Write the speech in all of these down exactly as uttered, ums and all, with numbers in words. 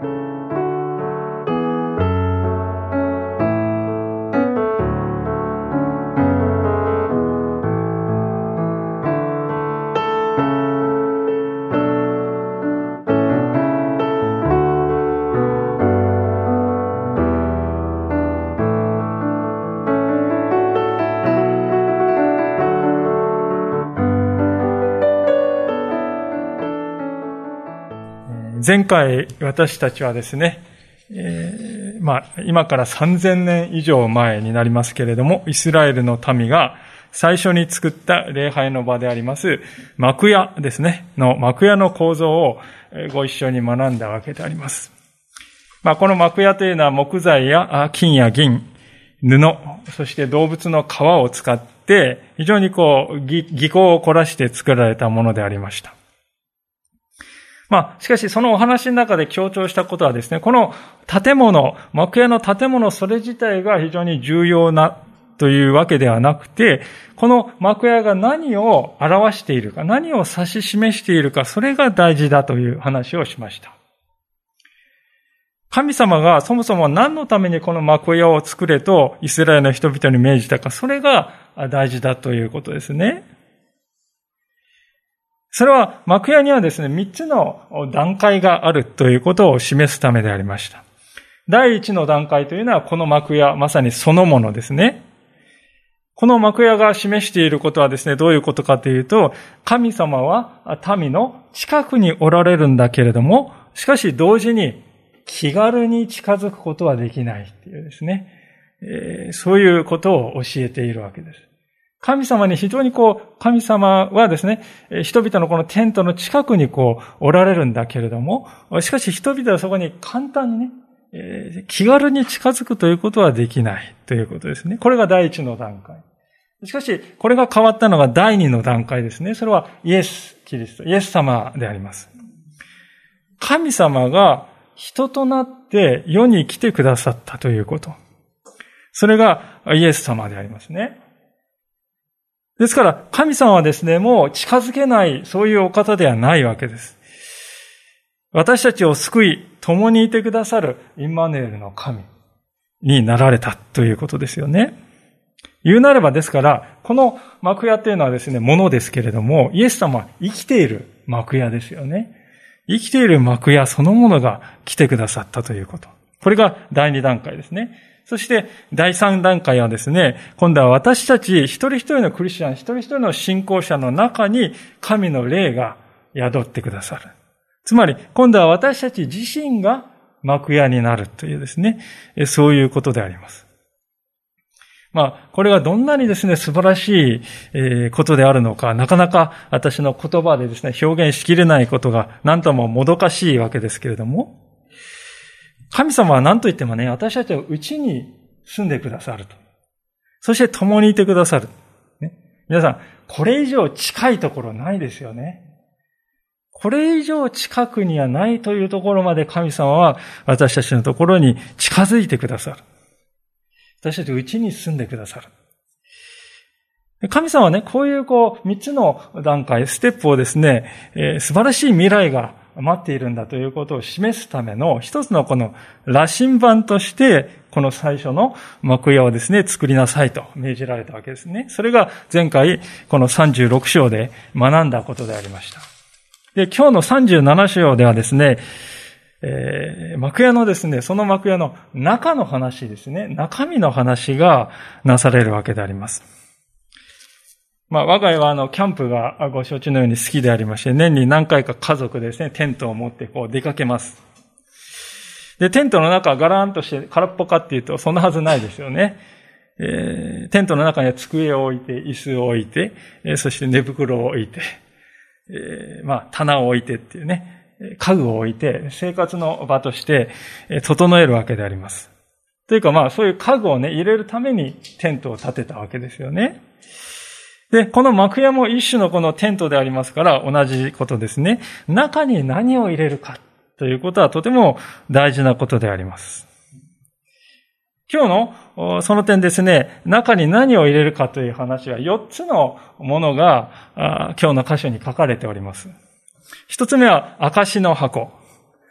前回私たちはですね、えー、まあ今からさんぜんねん以上前になりますけれども、イスラエルの民が最初に作った礼拝の場であります幕屋ですねの幕屋の構造をご一緒に学んだわけであります。まあこの幕屋というのは木材や金や銀、布、そして動物の皮を使って非常にこう技巧を凝らして作られたものでありました。まあ、しかしそのお話の中で強調したことはですね、この建物、幕屋の建物それ自体が非常に重要なというわけではなくて、この幕屋が何を表しているか、何を指し示しているか、それが大事だという話をしました。神様がそもそも何のためにこの幕屋を作れとイスラエルの人々に命じたか、それが大事だということですね。それは幕屋にはですね、三つの段階があるということを示すためでありました。第一の段階というのはこの幕屋、まさにそのものですね。この幕屋が示していることはですね、どういうことかというと、神様は民の近くにおられるんだけれども、しかし同時に気軽に近づくことはできないというですね、えー、そういうことを教えているわけです。神様に非常にこう、神様はですね、人々のこのテントの近くにこう、おられるんだけれども、しかし人々はそこに簡単にね、えー、気軽に近づくということはできないということですね。これが第一の段階。しかし、これが変わったのが第二の段階ですね。それはイエス・キリスト、イエス様であります。神様が人となって世に来てくださったということ。それがイエス様でありますね。ですから、神様はですね、もう近づけない、そういうお方ではないわけです。私たちを救い、共にいてくださるインマヌエルの神になられたということですよね。言うなればですから、この幕屋というのはですね、ものですけれども、イエス様は生きている幕屋ですよね。生きている幕屋そのものが来てくださったということ。これが第二段階ですね。そして第三段階はですね、今度は私たち一人一人のクリスチャン、一人一人の信仰者の中に神の霊が宿ってくださる。つまり今度は私たち自身が幕屋になるというですね、そういうことであります。まあ、これがどんなにですね、素晴らしいことであるのか、なかなか私の言葉でですね、表現しきれないことが何とももどかしいわけですけれども、神様は何と言ってもね、私たちのうちに住んでくださると。そして共にいてくださる。ね、皆さん、これ以上近いところないですよね。これ以上近くにはないというところまで神様は私たちのところに近づいてくださる。私たちのうちに住んでくださる。神様はね、こういうこう、三つの段階、ステップをですね、えー、素晴らしい未来が待っているんだということを示すための一つのこの羅針盤として、この最初の幕屋をですね、作りなさいと命じられたわけですね。それが前回、このさんじゅうろく章で学んだことでありました。で、今日のさんじゅうなな章ではですね、えー、幕屋のですね、その幕屋の中の話ですね、中身の話がなされるわけであります。まあ、我が家はあの、キャンプがご承知のように好きでありまして、年に何回か家族でですね、テントを持ってこう出かけます。で、テントの中はガラーンとして空っぽかっていうと、そんなはずないですよね。えー、テントの中には机を置いて、椅子を置いて、えー、そして寝袋を置いて、えー、まあ、棚を置いてっていうね、家具を置いて、生活の場として整えるわけであります。というかまあ、そういう家具をね、入れるためにテントを建てたわけですよね。で、この幕屋も一種のこのテントでありますから、同じことですね。中に何を入れるかということはとても大事なことであります。今日のその点ですね、中に何を入れるかという話はよっつのものが今日の箇所に書かれております。一つ目は証の箱。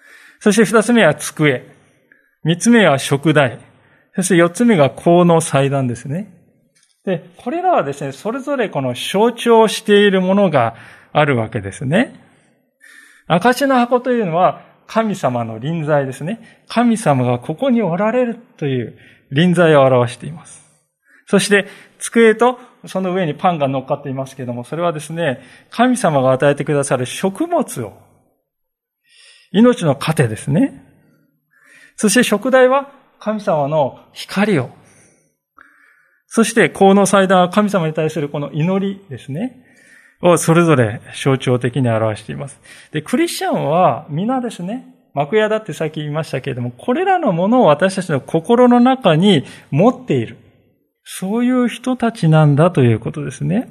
そして二つ目は机。三つ目は燭台。そして四つ目が香の祭壇ですね。で、これらはですね、それぞれこの象徴しているものがあるわけですね。証の箱というのは神様の臨在ですね。神様がここにおられるという臨在を表しています。そして机とその上にパンが乗っかっていますけれども、それはですね、神様が与えてくださる食物を、命の糧ですね。そして燭台は神様の光を、そして香の祭壇は神様に対するこの祈りですね、をそれぞれ象徴的に表しています。で、クリスチャンは皆ですね、幕屋だってさっき言いましたけれども、これらのものを私たちの心の中に持っている。そういう人たちなんだということですね。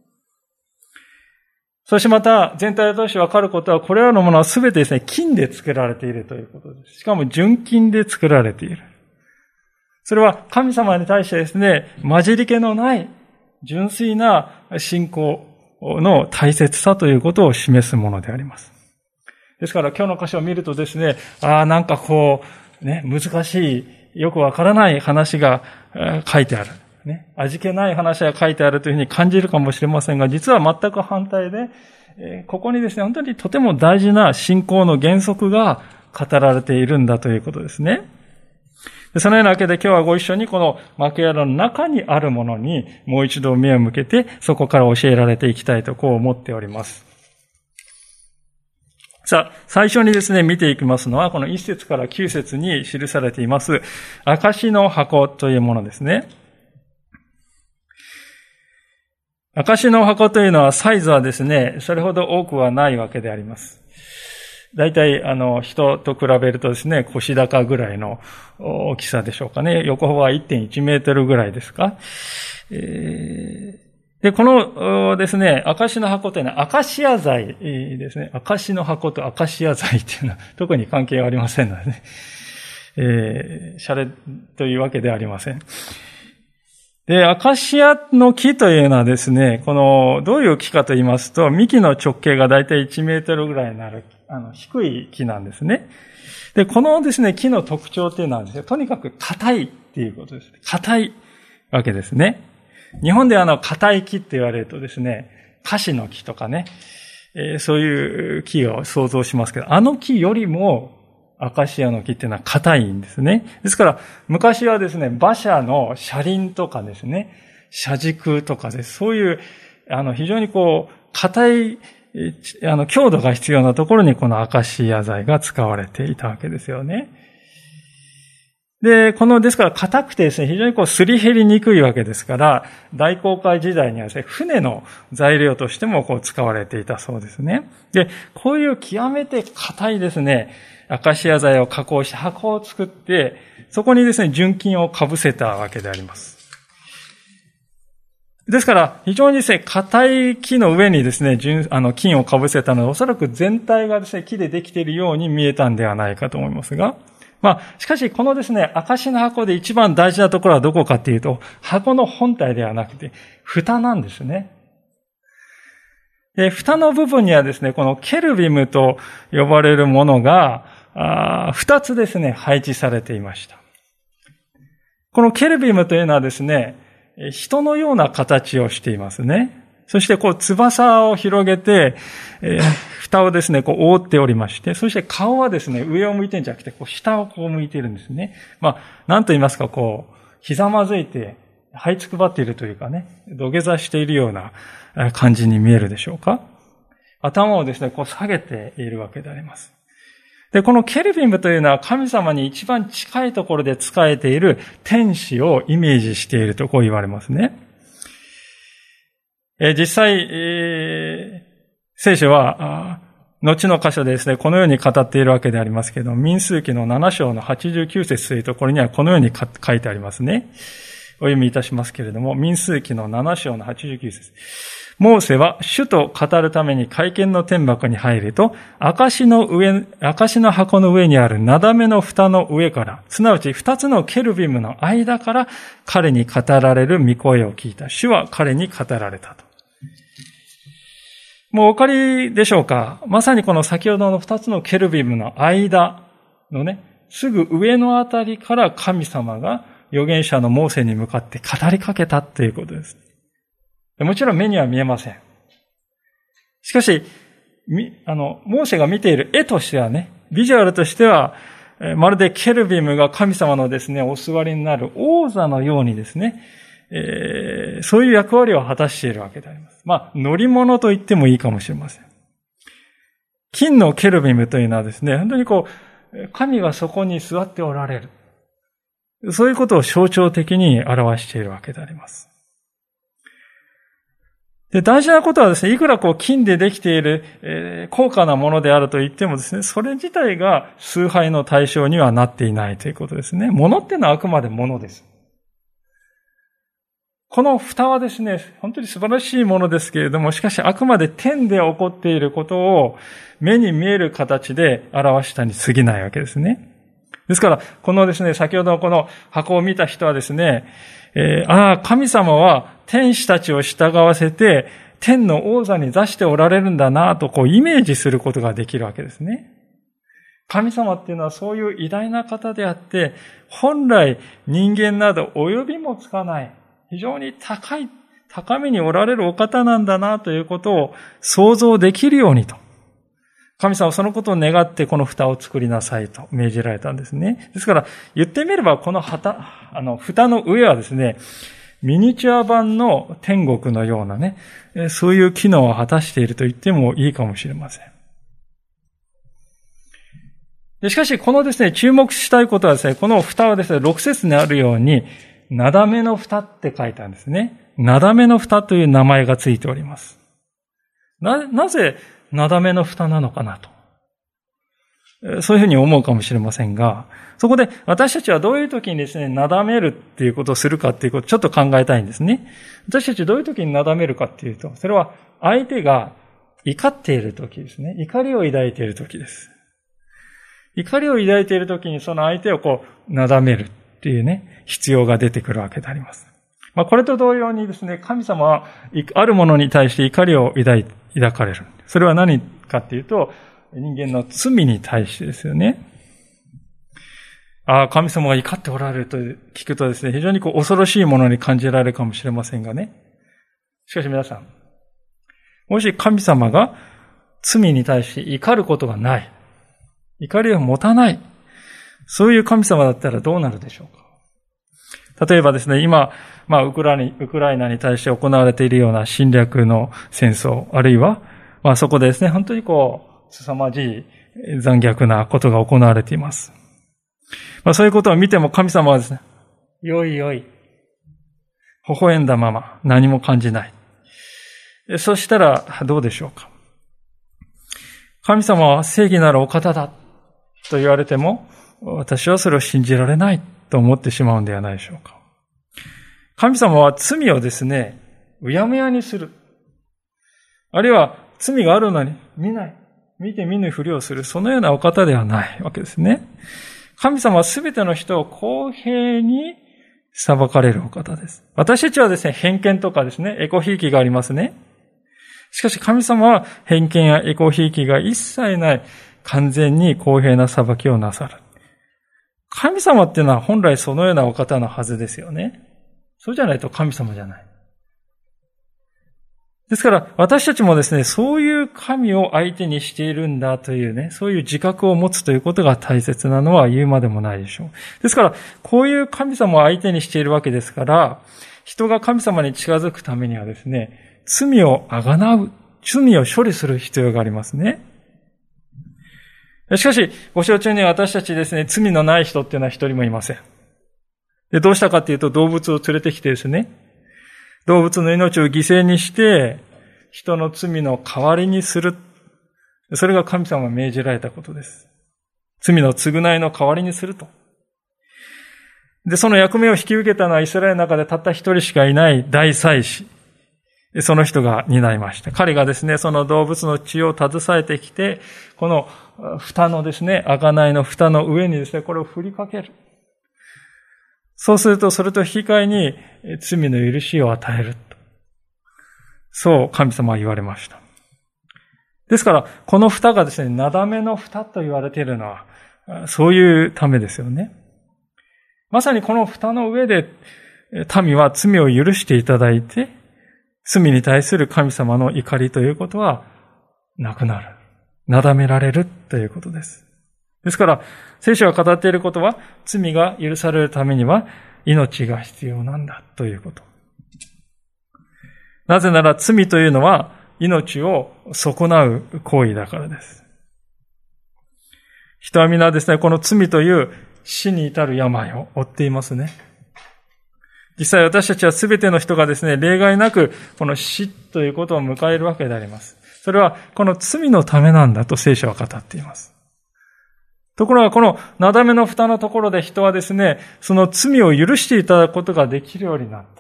そしてまた全体を通して分かることは、これらのものはすべてですね、金で作られているということです。しかも純金で作られている。それは神様に対してですね、混じり気のない純粋な信仰の大切さということを示すものであります。ですから今日の箇所を見るとですね、ああ、なんかこう、ね、難しい、よくわからない話が書いてある。ね、味気ない話が書いてあるというふうに感じるかもしれませんが、実は全く反対で、えー、ここにですね、本当にとても大事な信仰の原則が語られているんだということですね。そのようなわけで今日はご一緒にこの幕屋の中にあるものにもう一度目を向けて、そこから教えられていきたいとこう思っております。さあ、最初にですね、見ていきますのは、このいっ節からきゅう節に記されています、証の箱というものですね。証の箱というのはサイズはですね、それほど多くはないわけであります。だいたい、あの、人と比べるとですね、腰高ぐらいの大きさでしょうかね。横幅は いってんいち メートルぐらいですか。えー、で、このですね、証の箱というのはアカシア材ですね。証の箱とアカシア材というのは特に関係はありませんのでね。えー、シャレというわけではありません。で、アカシアの木というのはですね、この、どういう木かと言いますと、幹の直径がだいたいいちメートルぐらいになる、あの、低い木なんですね。で、このですね、木の特徴っていうのはですね、とにかく硬いっていうことです。硬いわけですね。日本であの、硬い木って言われるとですね、カシの木とかね、えー、そういう木を想像しますけど、あの木よりも、アカシアの木っていうのは硬いんですね。ですから、昔はですね、馬車の車輪とかですね、車軸とかです。そういう、あの、非常にこう、硬い、あの、強度が必要なところにこのアカシア材が使われていたわけですよね。で、この、ですから硬くてですね、非常にこう、すり減りにくいわけですから、大航海時代にはですね、船の材料としてもこう、使われていたそうですね。で、こういう極めて硬いですね、アカシア材を加工して箱を作って、そこにですね、純金を被せたわけであります。ですから、非常にですね、硬い木の上にですね、純、あの、金を被せたのは、おそらく全体がですね、木でできているように見えたんではないかと思いますが、まあ、しかし、このですね、証の箱で一番大事なところはどこかっていうと、箱の本体ではなくて、蓋なんですね。で、蓋の部分にはですね、このケルビムと呼ばれるものが、あ二つですね、配置されていました。このケルビムというのはですね、人のような形をしていますね。そしてこう翼を広げて、えー、蓋をですね、こう覆っておりまして、そして顔はですね、上を向いてるんじゃなくて、こう下をこう向いているんですね。まあ、なんと言いますか、こう、ひざまずいて、這いつくばっているというかね、土下座しているような感じに見えるでしょうか。頭をですね、こう下げているわけであります。で、このケルビムというのは神様に一番近いところで仕えている天使をイメージしているとこう言われますね。えー、実際、えー、聖書は、後の箇所でですね、このように語っているわけでありますけれども、民数記のなな章のはちじゅうきゅう節というところにはこのように書いてありますね。お読みいたしますけれども、民数記のなな章のはちじゅうきゅう節。モーセは主と語るために会見の天幕に入ると、証の上、証の箱の上にあるなだめの蓋の上から、すなわち二つのケルビムの間から彼に語られる御声を聞いた。主は彼に語られたと。もうお分かりでしょうか。まさにこの先ほどの二つのケルビムの間のね、すぐ上のあたりから神様が預言者のモーセに向かって語りかけたということです。もちろん目には見えません。しかし、あの、モーセが見ている絵としてはね、ビジュアルとしては、まるでケルビムが神様のですね、お座りになる王座のようにですね、えー、そういう役割を果たしているわけであります。まあ、乗り物と言ってもいいかもしれません。金のケルビムというのはですね、本当にこう、神がそこに座っておられる。そういうことを象徴的に表しているわけであります。で、大事なことはですね、いくらこう金でできている、えー、高価なものであると言ってもですね、それ自体が崇拝の対象にはなっていないということですね。物っていうのはあくまで物です。この蓋はですね、本当に素晴らしいものですけれども、しかしあくまで天で起こっていることを目に見える形で表したに過ぎないわけですね。ですから、このですね、先ほどのこの箱を見た人はですね、えー、ああ、神様は天使たちを従わせて、天の王座に座しておられるんだなと、こうイメージすることができるわけですね。神様っていうのはそういう偉大な方であって、本来人間など及びもつかない、非常に高い、高めにおられるお方なんだなということを想像できるようにと。神様はそのことを願ってこの蓋を作りなさいと命じられたんですね。ですから言ってみればこの旗、あの蓋の上はですね、ミニチュア版の天国のようなね、そういう機能を果たしていると言ってもいいかもしれません。でしかしこのですね、注目したいことはですね、この蓋はですね、ろく節にあるように、なだめの蓋って書いてあるんですね。なだめの蓋という名前がついております。な、なぜなだめの蓋なのかなと。そういうふうに思うかもしれませんが、そこで私たちはどういう時にですね、なだめるっていうことをするかっていうことをちょっと考えたいんですね。私たちどういう時になだめるかっていうと、それは相手が怒っている時ですね。怒りを抱いている時です。怒りを抱いている時にその相手をこう、なだめるっていうね、必要が出てくるわけであります。まあ、これと同様にですね、神様はあるものに対して怒りを抱い、抱かれる。それは何かっていうと、人間の罪に対してですよね。ああ、神様が怒っておられると聞くとですね、非常にこう恐ろしいものに感じられるかもしれませんがね。しかし皆さん、もし神様が罪に対して怒ることがない、怒りを持たない、そういう神様だったらどうなるでしょうか。例えばですね、今、まあ、ウクライナ、ウクライナに対して行われているような侵略の戦争、あるいは、まあそこでですね、本当にこう、凄まじい残虐なことが行われています。まあそういうことを見ても神様はですね、よいよい、微笑んだまま何も感じない。そしたらどうでしょうか。神様は正義なるお方だと言われても、私はそれを信じられないと思ってしまうんではないでしょうか。神様は罪をですね、うやむやにする。あるいは罪があるのに見ない。見て見ぬふりをする。そのようなお方ではないわけですね。神様はすべての人を公平に裁かれるお方です。私たちはですね、偏見とかですね、エコひいきがありますね。しかし神様は偏見やエコひいきが一切ない完全に公平な裁きをなさる。神様っていうのは本来そのようなお方のはずですよね。そうじゃないと神様じゃない。ですから私たちもですね、そういう神を相手にしているんだというね、そういう自覚を持つということが大切なのは言うまでもないでしょう。ですからこういう神様を相手にしているわけですから、人が神様に近づくためにはですね、罪をあがなう、罪を処理する必要がありますね。しかし、ご承知に私たちですね、罪のない人っていうのは一人もいません。で、どうしたかっていうと、動物を連れてきてですね、動物の命を犠牲にして、人の罪の代わりにする。それが神様が命じられたことです。罪の償いの代わりにすると。で、その役目を引き受けたのはイスラエルの中でたった一人しかいない大祭司。その人が担いました。彼がですね、その動物の血を携えてきて、この蓋のですね、贖いの蓋の上にですね、これを振りかける。そうすると、それと引き換えに罪の許しを与える。そう神様は言われました。ですから、この蓋がですね、なだめの蓋と言われているのは、 そういうためですよね。まさにこの蓋の上で民は罪を許していただいて、罪に対する神様の怒りということはなくなる。なだめられるということです。ですから、聖書が語っていることは、罪が許されるためには命が必要なんだということ。なぜなら罪というのは命を損なう行為だからです。人は皆ですね、この罪という死に至る病を負っていますね。実際私たちはすべての人がですね、例外なくこの死ということを迎えるわけであります。それはこの罪のためなんだと聖書は語っています。ところがこのなだめの蓋のところで人はですね、その罪を許していただくことができるようになった。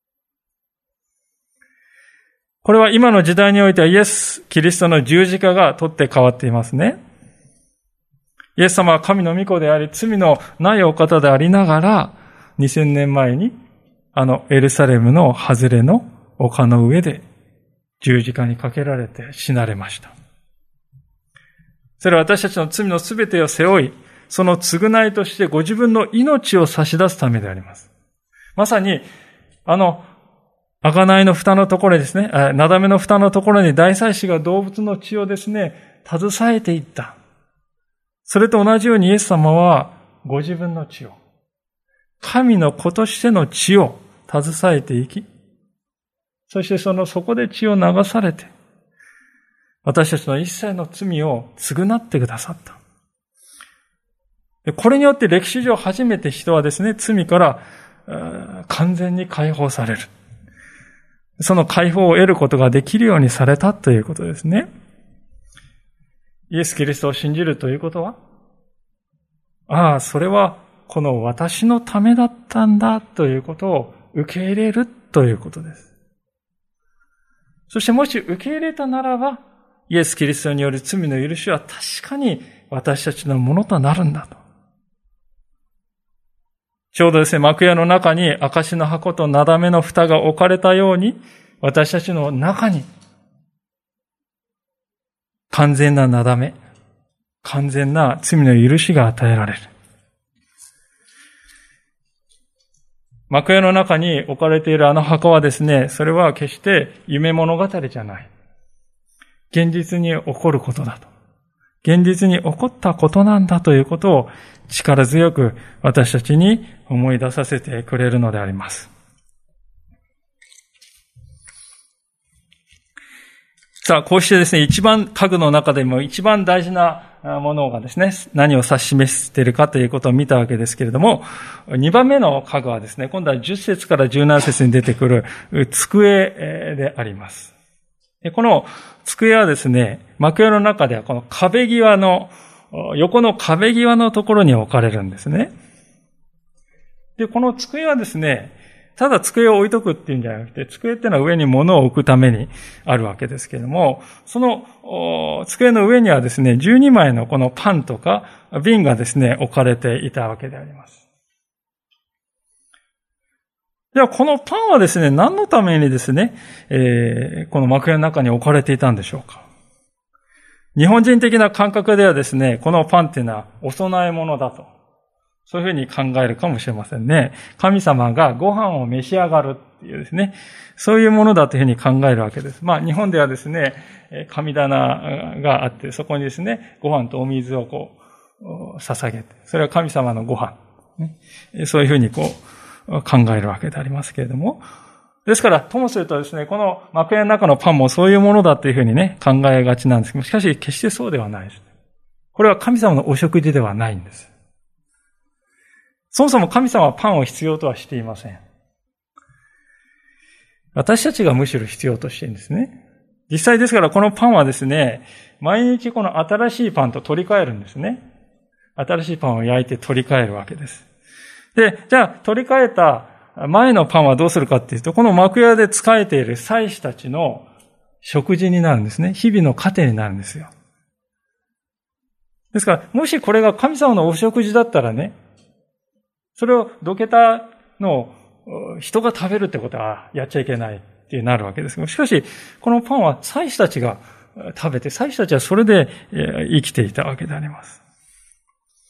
これは今の時代においてはイエス・キリストの十字架が取って変わっていますね。イエス様は神の御子であり、罪のないお方でありながら、にせんねんまえにあのエルサレムの外れの丘の上で十字架にかけられて死なれました。それは私たちの罪のすべてを背負い、その償いとしてご自分の命を差し出すためであります。まさに、あの、贖いの蓋のところですね、なだめの蓋のところに大祭司が動物の血をですね、携えていった。それと同じようにイエス様はご自分の血を、神の子としての血を携えていき、そしてその底で血を流されて、私たちの一切の罪を償ってくださった。これによって歴史上初めて人はですね、罪から完全に解放される。その解放を得ることができるようにされたということですね。イエス・キリストを信じるということは、ああ、それはこの私のためだったんだということを受け入れるということです。そしてもし受け入れたならば、イエス・キリストによる罪の許しは確かに私たちのものとなるんだと。ちょうどですね、幕屋の中に証の箱となだめの蓋が置かれたように、私たちの中に完全ななだめ、完全な罪の許しが与えられる。幕屋の中に置かれているあの箱はですね、それは決して夢物語じゃない。現実に起こることだと。現実に起こったことなんだということを力強く私たちに思い出させてくれるのであります。さあ、こうしてですね、一番家具の中でも一番大事なものがですね、何を指し示しているかということを見たわけですけれども、二番目の家具はですね、今度はじゅっ節からじゅうなな節に出てくる机であります。この机はですね、幕屋の中ではこの壁際の、横の壁際のところに置かれるんですね。で、この机はですね、ただ机を置いとくっていうんじゃなくて、机っていうのは上に物を置くためにあるわけですけれども、その机の上にはですね、じゅうにまいのこのパンとか瓶がですね、置かれていたわけであります。では、このパンはですね、何のためにですね、えー、この幕屋の中に置かれていたんでしょうか。日本人的な感覚ではですね、このパンっていうのはお供え物だと。そういうふうに考えるかもしれませんね。神様がご飯を召し上がるっていうですね、そういうものだというふうに考えるわけです。まあ日本ではですね、神棚があって、そこにですね、ご飯とお水をこう、捧げて、それは神様のご飯。そういうふうにこう、考えるわけでありますけれども。ですから、ともするとですね、この幕屋の中のパンもそういうものだというふうにね、考えがちなんですけど、しかし決してそうではないです。これは神様のお食事ではないんです。そもそも神様はパンを必要とはしていません。私たちがむしろ必要としているんですね。実際ですからこのパンはですね、毎日この新しいパンと取り替えるんですね。新しいパンを焼いて取り替えるわけです。で、じゃあ取り替えた前のパンはどうするかっていうと、この幕屋で仕えている祭司たちの食事になるんですね。日々の糧になるんですよ。ですから、もしこれが神様のお食事だったらね、それをどけたのを人が食べるってことはやっちゃいけないってなるわけですが、しかし、このパンは祭司たちが食べて、祭司たちはそれで生きていたわけであります。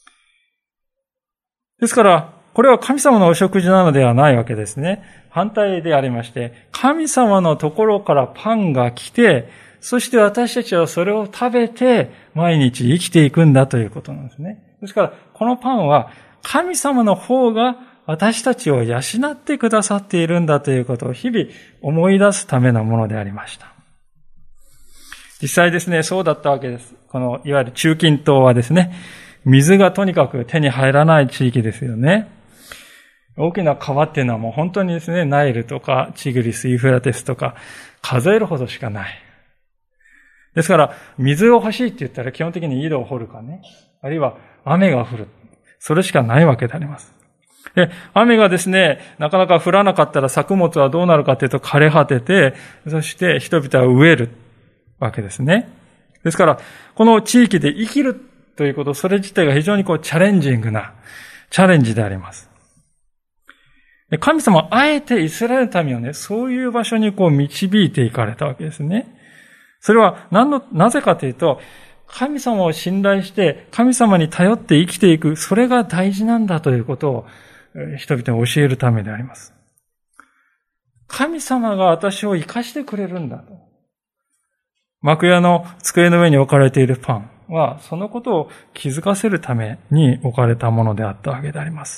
ですから、これは神様のお食事なのではないわけですね。反対でありまして、神様のところからパンが来て、そして私たちはそれを食べて毎日生きていくんだということなんですね。ですから、このパンは神様の方が私たちを養ってくださっているんだということを日々思い出すためのものでありました。実際ですね、そうだったわけです。このいわゆる中近東はですね、水がとにかく手に入らない地域ですよね。大きな川っていうのはもう本当にですね、ナイルとかチグリス、ユーフラテスとか数えるほどしかない。ですから、水を欲しいって言ったら基本的に井戸を掘るかね、あるいは雨が降る。それしかないわけであります。で、雨がですね、なかなか降らなかったら作物はどうなるかというと枯れ果てて、そして人々は飢えるわけですね。ですから、この地域で生きるということ、それ自体が非常にこうチャレンジングなチャレンジであります。神様はあえてイスラエルの民をね、そういう場所にこう導いていかれたわけですね。それは何の、なぜかというと、神様を信頼して神様に頼って生きていく、それが大事なんだということを人々に教えるためであります。神様が私を生かしてくれるんだと。幕屋の机の上に置かれているパンは、そのことを気づかせるために置かれたものであったわけであります。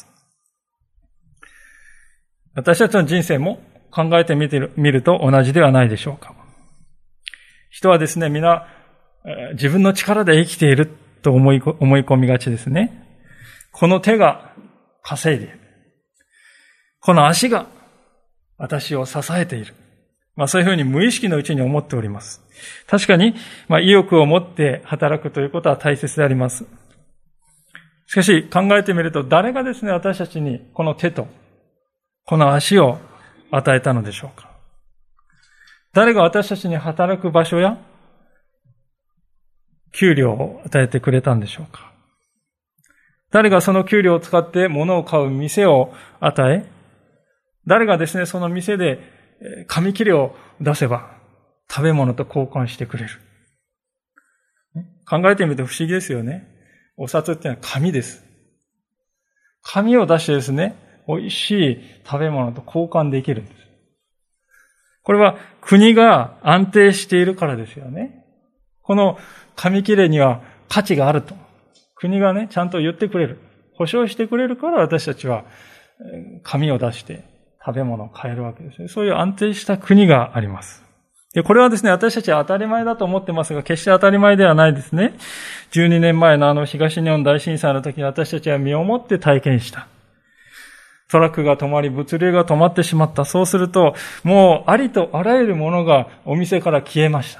私たちの人生も考えてみてみると同じではないでしょうか。人はですね、皆自分の力で生きていると思い、思い込みがちですね。この手が稼いでいる。この足が私を支えている。まあそういうふうに無意識のうちに思っております。確かに、まあ意欲を持って働くということは大切であります。しかし考えてみると、誰がですね、私たちにこの手とこの足を与えたのでしょうか。誰が私たちに働く場所や給料を与えてくれたんでしょうか。誰がその給料を使って物を買う店を与え、誰がですね、その店で紙切れを出せば食べ物と交換してくれる。考えてみると不思議ですよね。お札ってのは紙です。紙を出してですね、美味しい食べ物と交換できるんです。これは国が安定しているからですよね。この紙切れには価値があると。国がね、ちゃんと言ってくれる。保証してくれるから私たちは紙を出して食べ物を買えるわけですね。そういう安定した国があります。で、これはですね、私たちは当たり前だと思ってますが、決して当たり前ではないですね。じゅうにねんまえのあの東日本大震災の時に私たちは身をもって体験した。トラックが止まり、物流が止まってしまった。そうすると、もうありとあらゆるものがお店から消えました。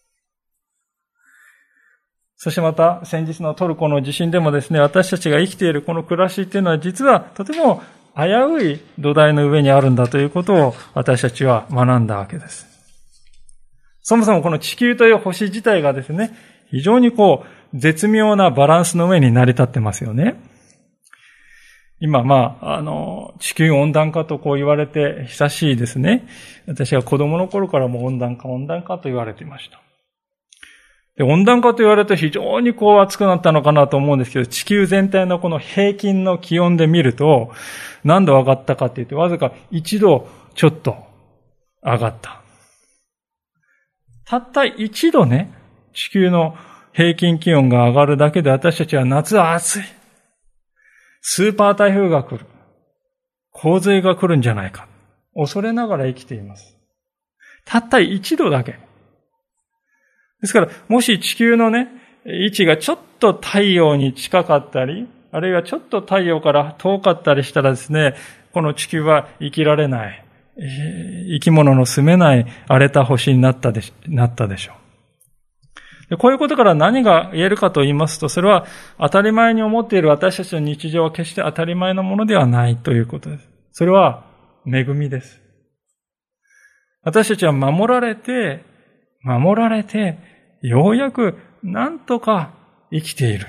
そしてまた、先日のトルコの地震でもですね、私たちが生きているこの暮らしっていうのは実はとても危うい土台の上にあるんだということを私たちは学んだわけです。そもそもこの地球という星自体がですね、非常にこう、絶妙なバランスの上に成り立ってますよね。今、まあ、あの、地球温暖化とこう言われて久しいですね。私は子供の頃からも温暖化、温暖化と言われていました。で、温暖化と言われると非常にこう暑くなったのかなと思うんですけど、地球全体のこの平均の気温で見ると、何度上がったかって言って、わずかいちどちょっと上がった。たったいちどね、地球の平均気温が上がるだけで私たちは夏は暑い。スーパー台風が来る。洪水が来るんじゃないか。恐れながら生きています。たったいちどだけ。ですから、もし地球のね、位置がちょっと太陽に近かったり、あるいはちょっと太陽から遠かったりしたらですね、この地球は生きられない、生き物の住めない荒れた星になったでし、なったでしょう。でこういうことから何が言えるかと言いますと、それは当たり前に思っている私たちの日常は決して当たり前のものではないということです。それは恵みです。私たちは守られて、守られて、ようやくなんとか生きている。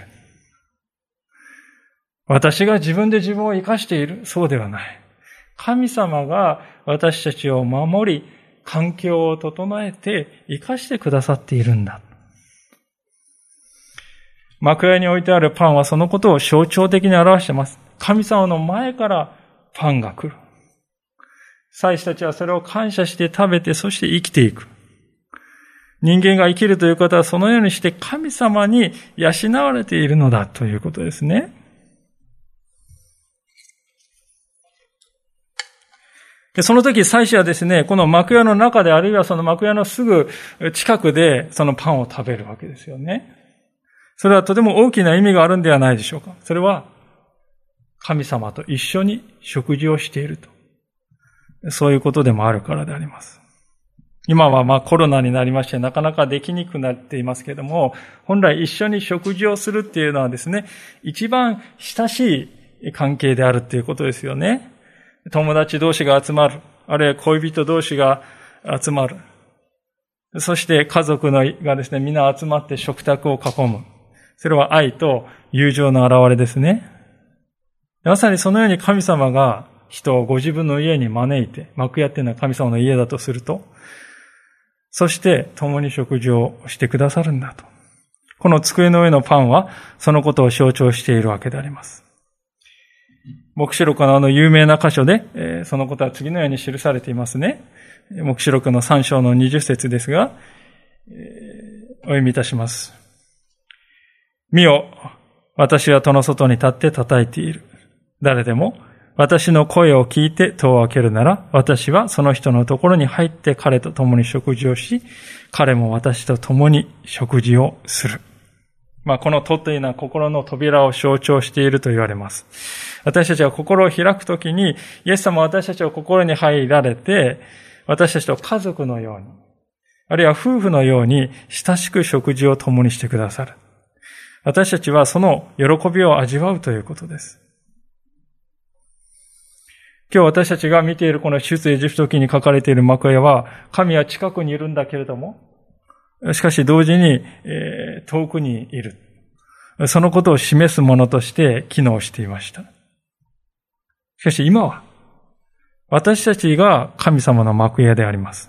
私が自分で自分を生かしている。そうではない。神様が私たちを守り、環境を整えて生かしてくださっているんだ。幕屋に置いてあるパンはそのことを象徴的に表しています。 神様の前からパンが来る。祭司たちはそれを感謝して食べて、そして生きていく。人間が生きるということはそのようにして神様に養われているのだということですね。でその時祭司はですね、この幕屋の中であるいはその幕屋のすぐ近くでそのパンを食べるわけですよね。それはとても大きな意味があるんではないでしょうか。それは神様と一緒に食事をしていると。そういうことでもあるからであります。今はまあコロナになりましてなかなかできにくくなっていますけれども、本来一緒に食事をするっていうのはですね、一番親しい関係であるっていうことですよね。友達同士が集まる、あるいは恋人同士が集まる。そして家族のがですね、みんな集まって食卓を囲む。それは愛と友情の表れですね。まさにそのように神様が人をご自分の家に招いて、幕屋っていうのは神様の家だとすると、そして共に食事をしてくださるんだと。この机の上のパンはそのことを象徴しているわけであります。黙示録のあの有名な箇所で、えー、そのことは次のように記されていますね。黙示録のさん章のにじゅっ節ですが、えー、お読みいたします。見よ、私は戸の外に立って叩いている。誰でも私の声を聞いて戸を開けるなら、私はその人のところに入って彼と共に食事をし、彼も私と共に食事をする。まあ、この戸というのは心の扉を象徴していると言われます。私たちは心を開くときに、イエス様は私たちを心に入られて、私たちと家族のように、あるいは夫婦のように親しく食事を共にしてくださる。私たちはその喜びを味わうということです。今日私たちが見ているこの出エジプト記に書かれている幕屋は、神は近くにいるんだけれども、しかし同時に、えー、遠くにいる。そのことを示すものとして機能していました。しかし今は、私たちが神様の幕屋であります。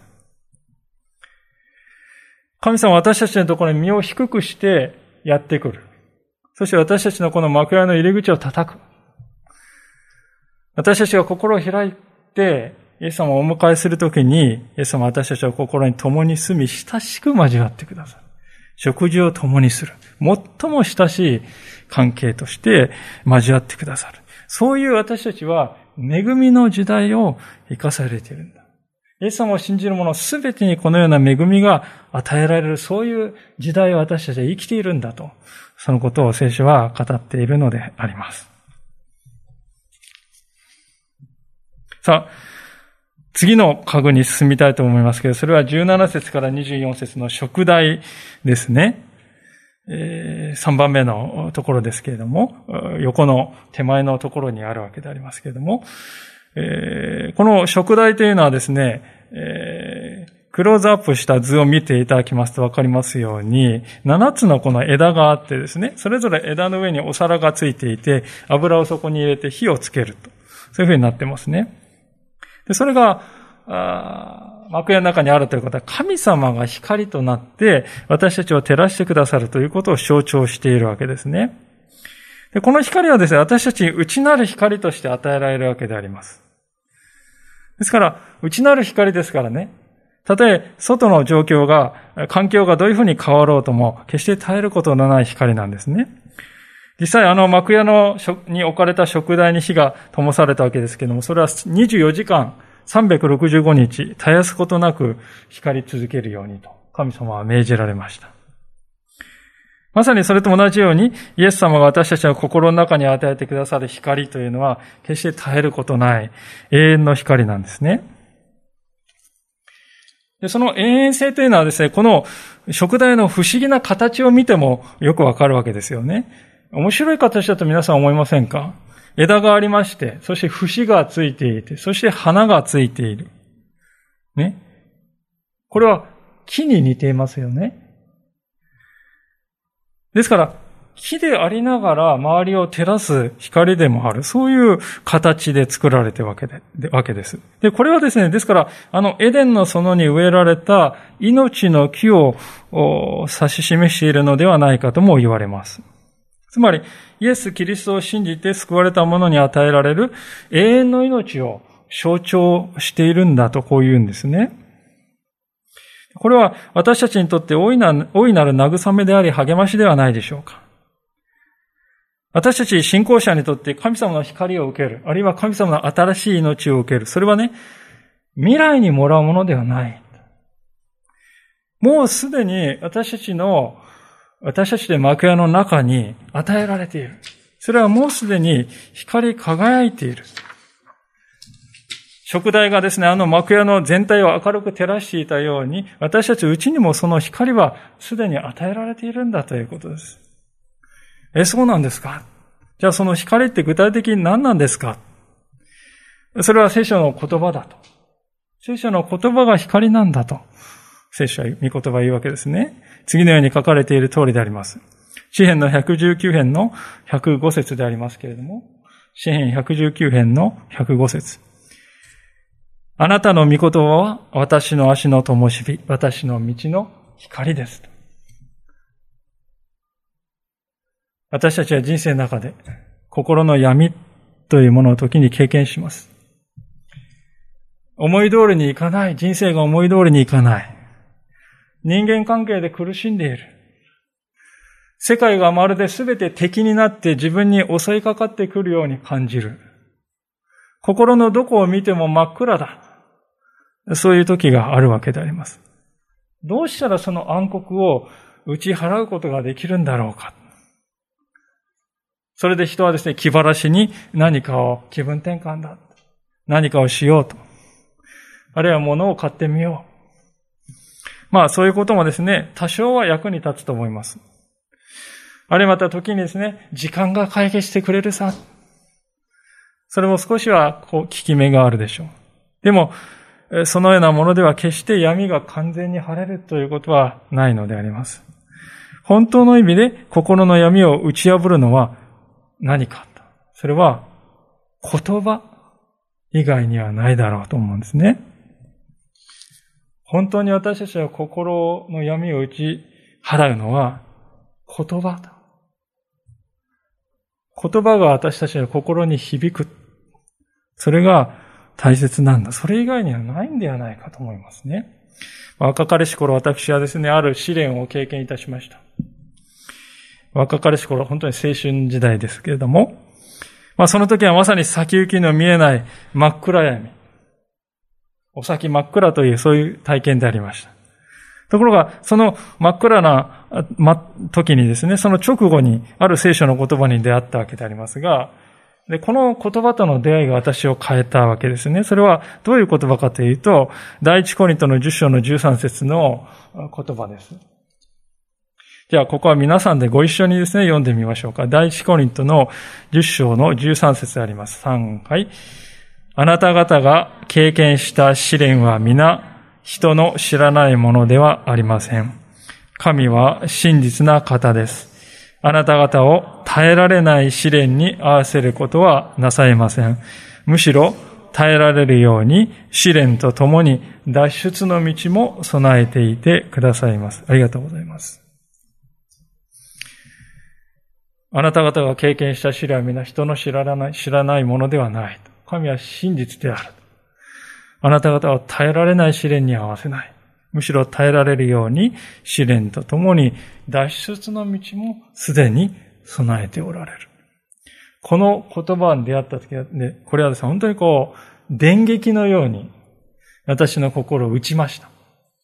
神様は私たちのところに身を低くしてやってくる。そして私たちのこの幕屋の入り口を叩く。私たちが心を開いて、イエス様をお迎えするときに、イエス様は私たちを心に共に住み、親しく交わってくださる。食事を共にする。最も親しい関係として交わってくださる。そういう私たちは、恵みの時代を生かされているんだ。イエス様を信じる者すべてにこのような恵みが与えられる、そういう時代を私たちは生きているんだと。そのことを聖書は語っているのであります。さあ、次の家具に進みたいと思いますけど、それはじゅうなな節からにじゅうよん節の食台ですね。えー、さんばんめのところですけれども、横の手前のところにあるわけでありますけれども、えー、この食台というのはですね、えー、クローズアップした図を見ていただきますとわかりますように、ななつのこの枝があってですね、それぞれ枝の上にお皿がついていて、油をそこに入れて火をつけると。そういうふうになってますね。でそれが、幕屋の中にあるということは、神様が光となって私たちを照らしてくださるということを象徴しているわけですね。でこの光はですね、私たちに内なる光として与えられるわけであります。ですから、内なる光ですからね、たとえ外の状況が、環境がどういうふうに変わろうとも、決して絶えることのない光なんですね。実際あの幕屋のに置かれた食台に火が灯されたわけですけれども、それはにじゅうよじかん、さんびゃくろくじゅうごにち、絶やすことなく光り続けるようにと、神様は命じられました。まさにそれと同じように、イエス様が私たちの心の中に与えてくださる光というのは、決して絶えることない永遠の光なんですね。で、その永遠性というのはですね、この食台の不思議な形を見てもよくわかるわけですよね。面白い形だと皆さん思いませんか？枝がありまして、そして節がついていて、そして花がついている。ね。これは木に似ていますよね。ですから、木でありながら周りを照らす光でもある。そういう形で作られているわけで、わけです。で、これはですね、ですから、あのエデンの園に植えられた命の木を指し示しているのではないかとも言われます。 つまり、イエス・キリストを信じて救われた者に与えられる永遠の命を象徴しているんだとこう言うんですね。これは私たちにとって大いなる、大いなる慰めであり励ましではないでしょうか。私たち信仰者にとって神様の光を受ける、あるいは神様の新しい命を受ける。それはね、未来にもらうものではない。もうすでに私たちの、私たちで幕屋の中に与えられている。それはもうすでに光り輝いている。燭台がですね、あの幕屋の全体を明るく照らしていたように、私たちうちにもその光はすでに与えられているんだということです。え、そうなんですか？じゃあその光って具体的に何なんですか？それは聖書の言葉だと。聖書の言葉が光なんだと。聖書は御言葉を言うわけですね。次のように書かれている通りであります。詩編のひゃくじゅうきゅう編のひゃくご節でありますけれども、詩編ひゃくじゅうきゅう編のひゃくご節。あなたの御言葉は私の足の灯火、私の道の光です。私たちは人生の中で心の闇というものを時に経験します。思い通りにいかない。人生が思い通りにいかない。人間関係で苦しんでいる。世界がまるで全て敵になって自分に襲いかかってくるように感じる。心のどこを見ても真っ暗だ。そういう時があるわけであります。どうしたらその暗黒を打ち払うことができるんだろうか。それで人はですね、気晴らしに何かを気分転換だ。何かをしようと。あるいは物を買ってみよう。まあそういうこともですね、多少は役に立つと思います。あるいはまた時にですね、時間が解決してくれるさ。それも少しはこう効き目があるでしょう。でも、そのようなものでは決して闇が完全に晴れるということはないのであります。本当の意味で心の闇を打ち破るのは何か。それは言葉以外にはないだろうと思うんですね。本当に私たちは心の闇を打ち払うのは言葉だ。言葉が私たちの心に響く。それが大切なんだ。それ以外にはないんではないかと思いますね。若かりし頃、私はですね、ある試練を経験いたしました。若かりし頃、本当に青春時代ですけれども、まあその時はまさに先行きの見えない真っ暗闇。お先真っ暗というそういう体験でありました。ところが、その真っ暗な時にですね、その直後にある聖書の言葉に出会ったわけでありますが、で、この言葉との出会いが私を変えたわけですね。それはどういう言葉かというと、第一コリントのじゅっ章のじゅうさん節の言葉です。じゃあ、ここは皆さんでご一緒にですね、読んでみましょうか。第一コリントのじゅっ章のじゅうさん節であります。さん、はい。あなた方が経験した試練は皆、人の知らないものではありません。神は真実な方です。あなた方を耐えられない試練に合わせることはなさいません。むしろ耐えられるように試練とともに脱出の道も備えていてくださいます。ありがとうございます。あなた方が経験した試練は皆人の知らない、知らないものではない。神は真実である。あなた方は耐えられない試練に合わせない。むしろ耐えられるように試練とともに脱出の道もすでに備えておられる。この言葉に出会った時はね、これはですね、本当にこう、電撃のように私の心を打ちました。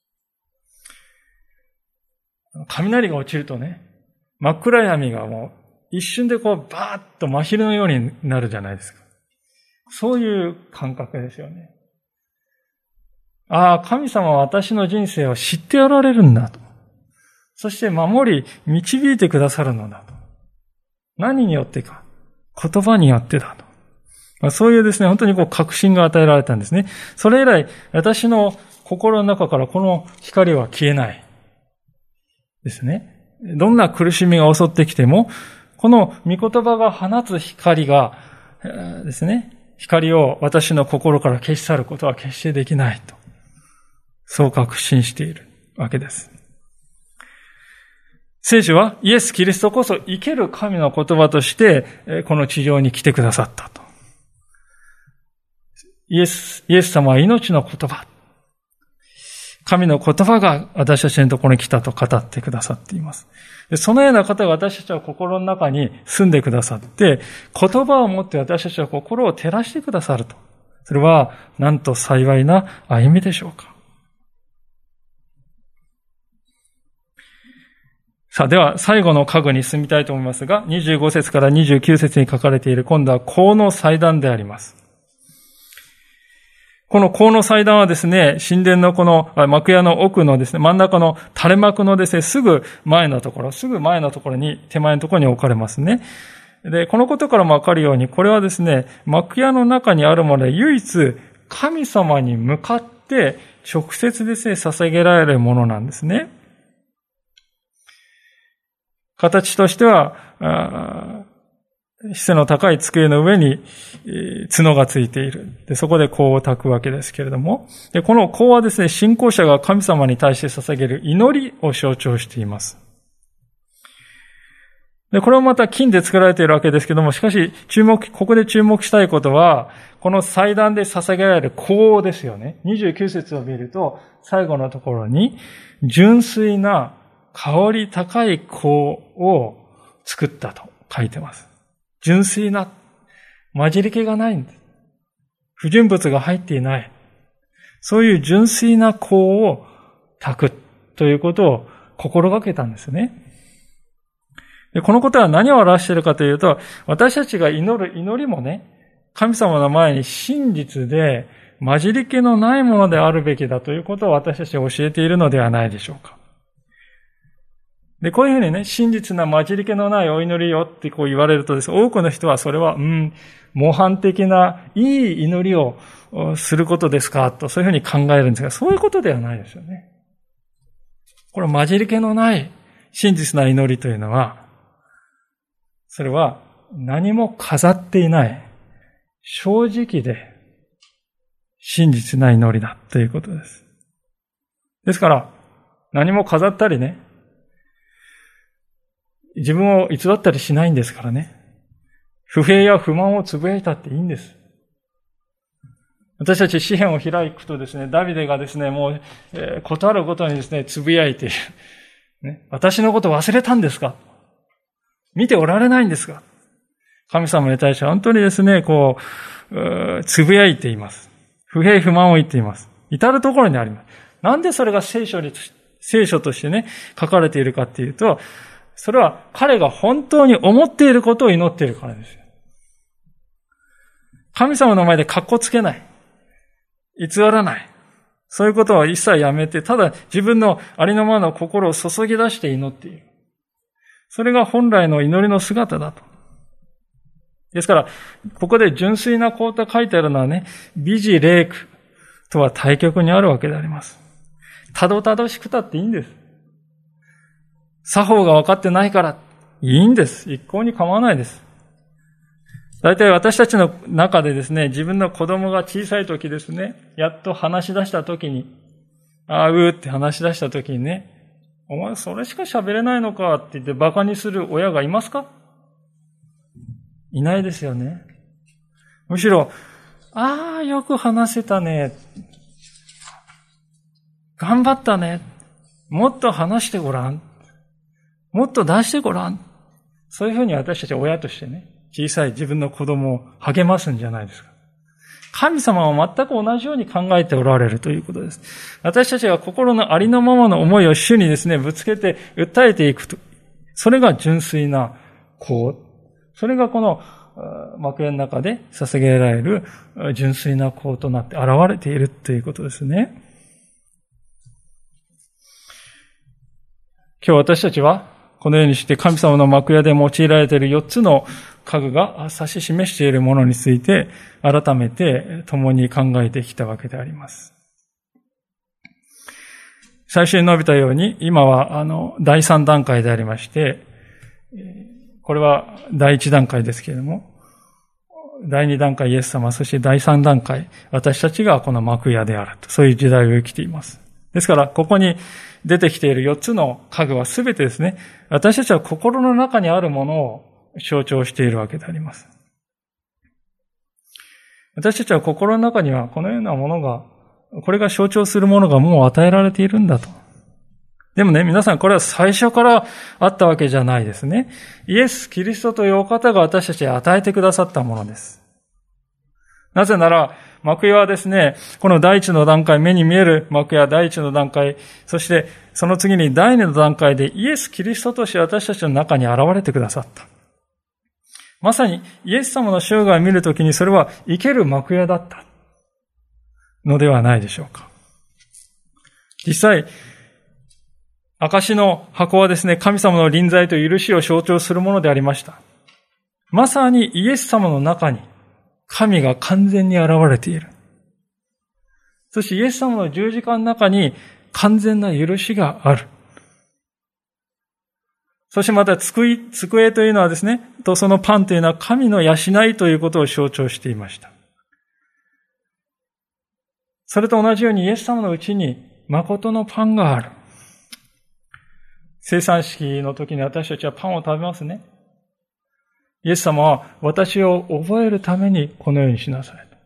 雷が落ちるとね、真っ暗闇がもう一瞬でこうバーッと真昼のようになるじゃないですか。そういう感覚ですよね。ああ、神様は私の人生を知っておられるんだと。そして守り、導いてくださるのだと。何によってか。言葉によってだと。そういうですね、本当にこう確信が与えられたんですね。それ以来、私の心の中からこの光は消えない。ですね。どんな苦しみが襲ってきても、この御言葉が放つ光がですね、光を私の心から消し去ることは決してできないと。そう確信しているわけです。 聖書はイエス・キリストこそ生ける神の言葉として、この地上に来てくださったと。イエス、イエス様は命の言葉。神の言葉が私たちのところに来たと語ってくださっています。でそのような方が私たちは心の中に住んでくださって、言葉を持って私たちは心を照らしてくださると。それは、なんと幸いな歩みでしょうか。さあ、では最後の家具に進みたいと思いますが、にじゅうご節からにじゅうきゅう節に書かれている今度は香の祭壇であります。この香の祭壇はですね、神殿のこの幕屋の奥のですね、真ん中の垂れ幕のですね、すぐ前のところ、すぐ前のところに、手前のところに置かれますね。で、このことからもわかるように、これはですね、幕屋の中にあるもので唯一神様に向かって直接ですね、捧げられるものなんですね。形としては、背の高い机の上に角がついている。で、そこで香を焚くわけですけれども、で、この香はですね、信仰者が神様に対して捧げる祈りを象徴しています。で、これもまた金で作られているわけですけども、しかし、注目、ここで注目したいことは、この祭壇で捧げられる香ですよね。にじゅうきゅう節を見ると、最後のところに、純粋な香り高い香を作ったと書いてます。純粋な、混じり気がないんです。不純物が入っていない。そういう純粋な香を焚くということを心がけたんですね。でこのことは何を表しているかというと、私たちが祈る祈りもね、神様の前に真実で混じり気のないものであるべきだということを私たちは教えているのではないでしょうか。で、こういうふうにね、真実な混じり気のないお祈りよってこう言われるとですね、多くの人はそれは、うん、模範的ないい祈りをすることですかと、そういうふうに考えるんですが、そういうことではないですよね。これ混じり気のない真実な祈りというのは、それは何も飾っていない、正直で真実な祈りだということです。ですから、何も飾ったりね、自分を偽ったりしないんですからね。不平や不満をつぶやいたっていいんです。私たち詩篇を開くとですね、ダビデがですね、もう、えー、ことあるごとにですね、つぶやいている。ね、私のこと忘れたんですか？見ておられないんですか？神様に対して本当にですね、こう、うつぶやいています。不平不満を言っています。至るところにあります。なんでそれが聖書に、聖書としてね、書かれているかっていうと、それは彼が本当に思っていることを祈っているからですよ。神様の前で格好つけない。偽らない。そういうことは一切やめて、ただ自分のありのままの心を注ぎ出して祈っている。それが本来の祈りの姿だと。ですから、ここで純粋な香と書いてあるのはね、美辞麗句とは対極にあるわけであります。たどたどしくたっていいんです。作法が分かってないから、いいんです。一向に構わないです。大体私たちの中でですね、自分の子供が小さい時ですね、やっと話し出した時に、ああ、うーって話し出した時にね、お前それしか喋れないのかって言って馬鹿にする親がいますか？いないですよね。むしろ、ああ、よく話せたね。頑張ったね。もっと話してごらん。もっと出してごらん。そういうふうに私たち親としてね、小さい自分の子供を励ますんじゃないですか。神様は全く同じように考えておられるということです。私たちが心のありのままの思いを主にですね、ぶつけて訴えていくと。それが純粋な香。それがこの幕屋の中で捧げられる純粋な香となって現れているということですね。今日私たちはこのようにして神様の幕屋で用いられているよっつの家具が指し示しているものについて改めて共に考えてきたわけであります。最初に述べたように今はあの第三段階でありまして、これは第一段階ですけれども、第二段階イエス様、そして第三段階私たちがこの幕屋であると、そういう時代を生きています。 ですから、ここに出てきているよっつの家具はすべてですね、私たちは心の中にあるものを象徴しているわけであります。私たちは心の中にはこのようなものが、これが象徴するものがもう与えられているんだと。でもね、皆さんこれは最初からあったわけじゃないですね。イエス・キリストというお方が私たちに与えてくださったものです。なぜなら、幕屋はですね、この第一の段階、目に見える幕屋第一の段階、そしてその次に第二の段階でイエス・キリストとして私たちの中に現れてくださった。まさにイエス様の生涯を見るときにそれは生ける幕屋だったのではないでしょうか。実際、証の箱はですね、神様の臨在と許しを象徴するものでありました。まさにイエス様の中に神が完全に現れている。そしてイエス様の十字架の中に完全な許しがある。そしてまた机、机というのはですね、とそのパンというのは神の養いということを象徴していました。それと同じようにイエス様のうちに誠のパンがある。生産式の時に私たちはパンを食べますね。イエス様は私を覚えるためにこのようにしなさいと。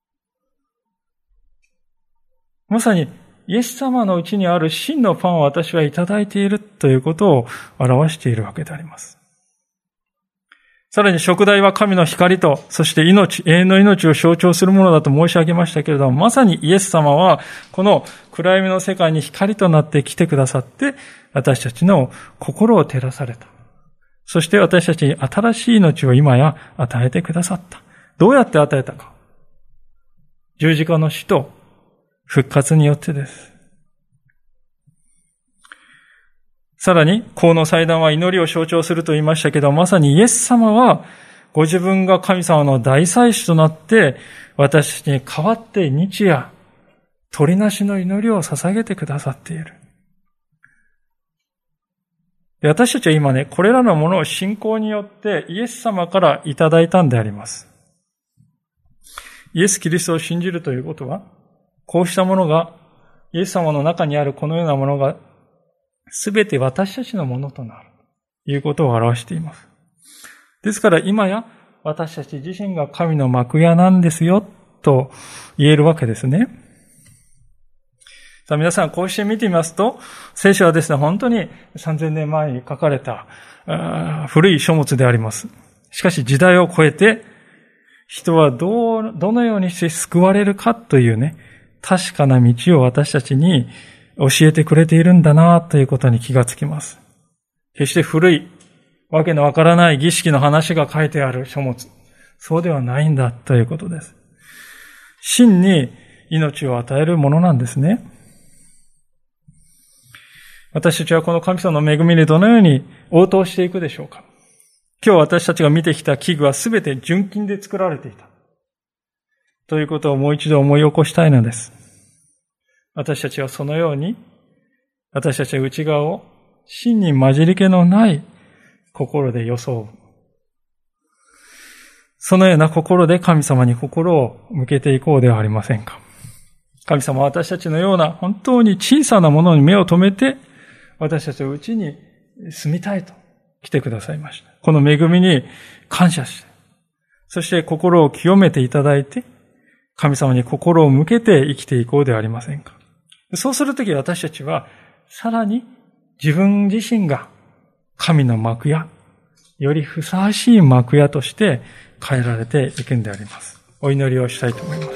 まさにイエス様のうちにある真のパンを私はいただいているということを表しているわけであります。さらに食材は神の光と、そして命、永遠の命を象徴するものだと申し上げましたけれども、まさにイエス様はこの暗闇の世界に光となって来てくださって、私たちの心を照らされた。そして私たちに新しい命を今や与えてくださった。どうやって与えたか。十字架の死と復活によってです。さらに、香の祭壇は祈りを象徴すると言いましたけど、まさにイエス様はご自分が神様の大祭司となって、私たちに代わって日夜、取りなしの祈りを捧げてくださっている。で、私たちは今ね、これらのものを信仰によってイエス様からいただいたんであります。イエス・キリストを信じるということは、こうしたものが、イエス様の中にあるこのようなものが、すべて私たちのものとなるということを表しています。ですから今や私たち自身が神の幕屋なんですよと言えるわけですね。さあ皆さんこうして見てみますと、聖書はですね、本当にさんぜんねんまえに書かれた古い書物であります。しかし時代を超えて人はどう、どのようにして救われるかというね、確かな道を私たちに教えてくれているんだなということに気がつきます。決して古い、わけのわからない儀式の話が書いてある書物。そうではないんだということです。真に命を与えるものなんですね。私たちはこの神様の恵みにどのように応答していくでしょうか。今日私たちが見てきた器具はすべて純金で作られていた。ということをもう一度思い起こしたいのです。私たちはそのように、私たちは内側を真に混じり気のない心で装う。そのような心で神様に心を向けていこうではありませんか。神様は私たちのような本当に小さなものに目を留めて、私たちのうちに住みたいと来てくださいました。この恵みに感謝して、そして心を清めていただいて、神様に心を向けて生きていこうではありませんか。そうするとき私たちはさらに自分自身が神の幕屋、よりふさわしい幕屋として変えられていくんであります。お祈りをしたいと思います。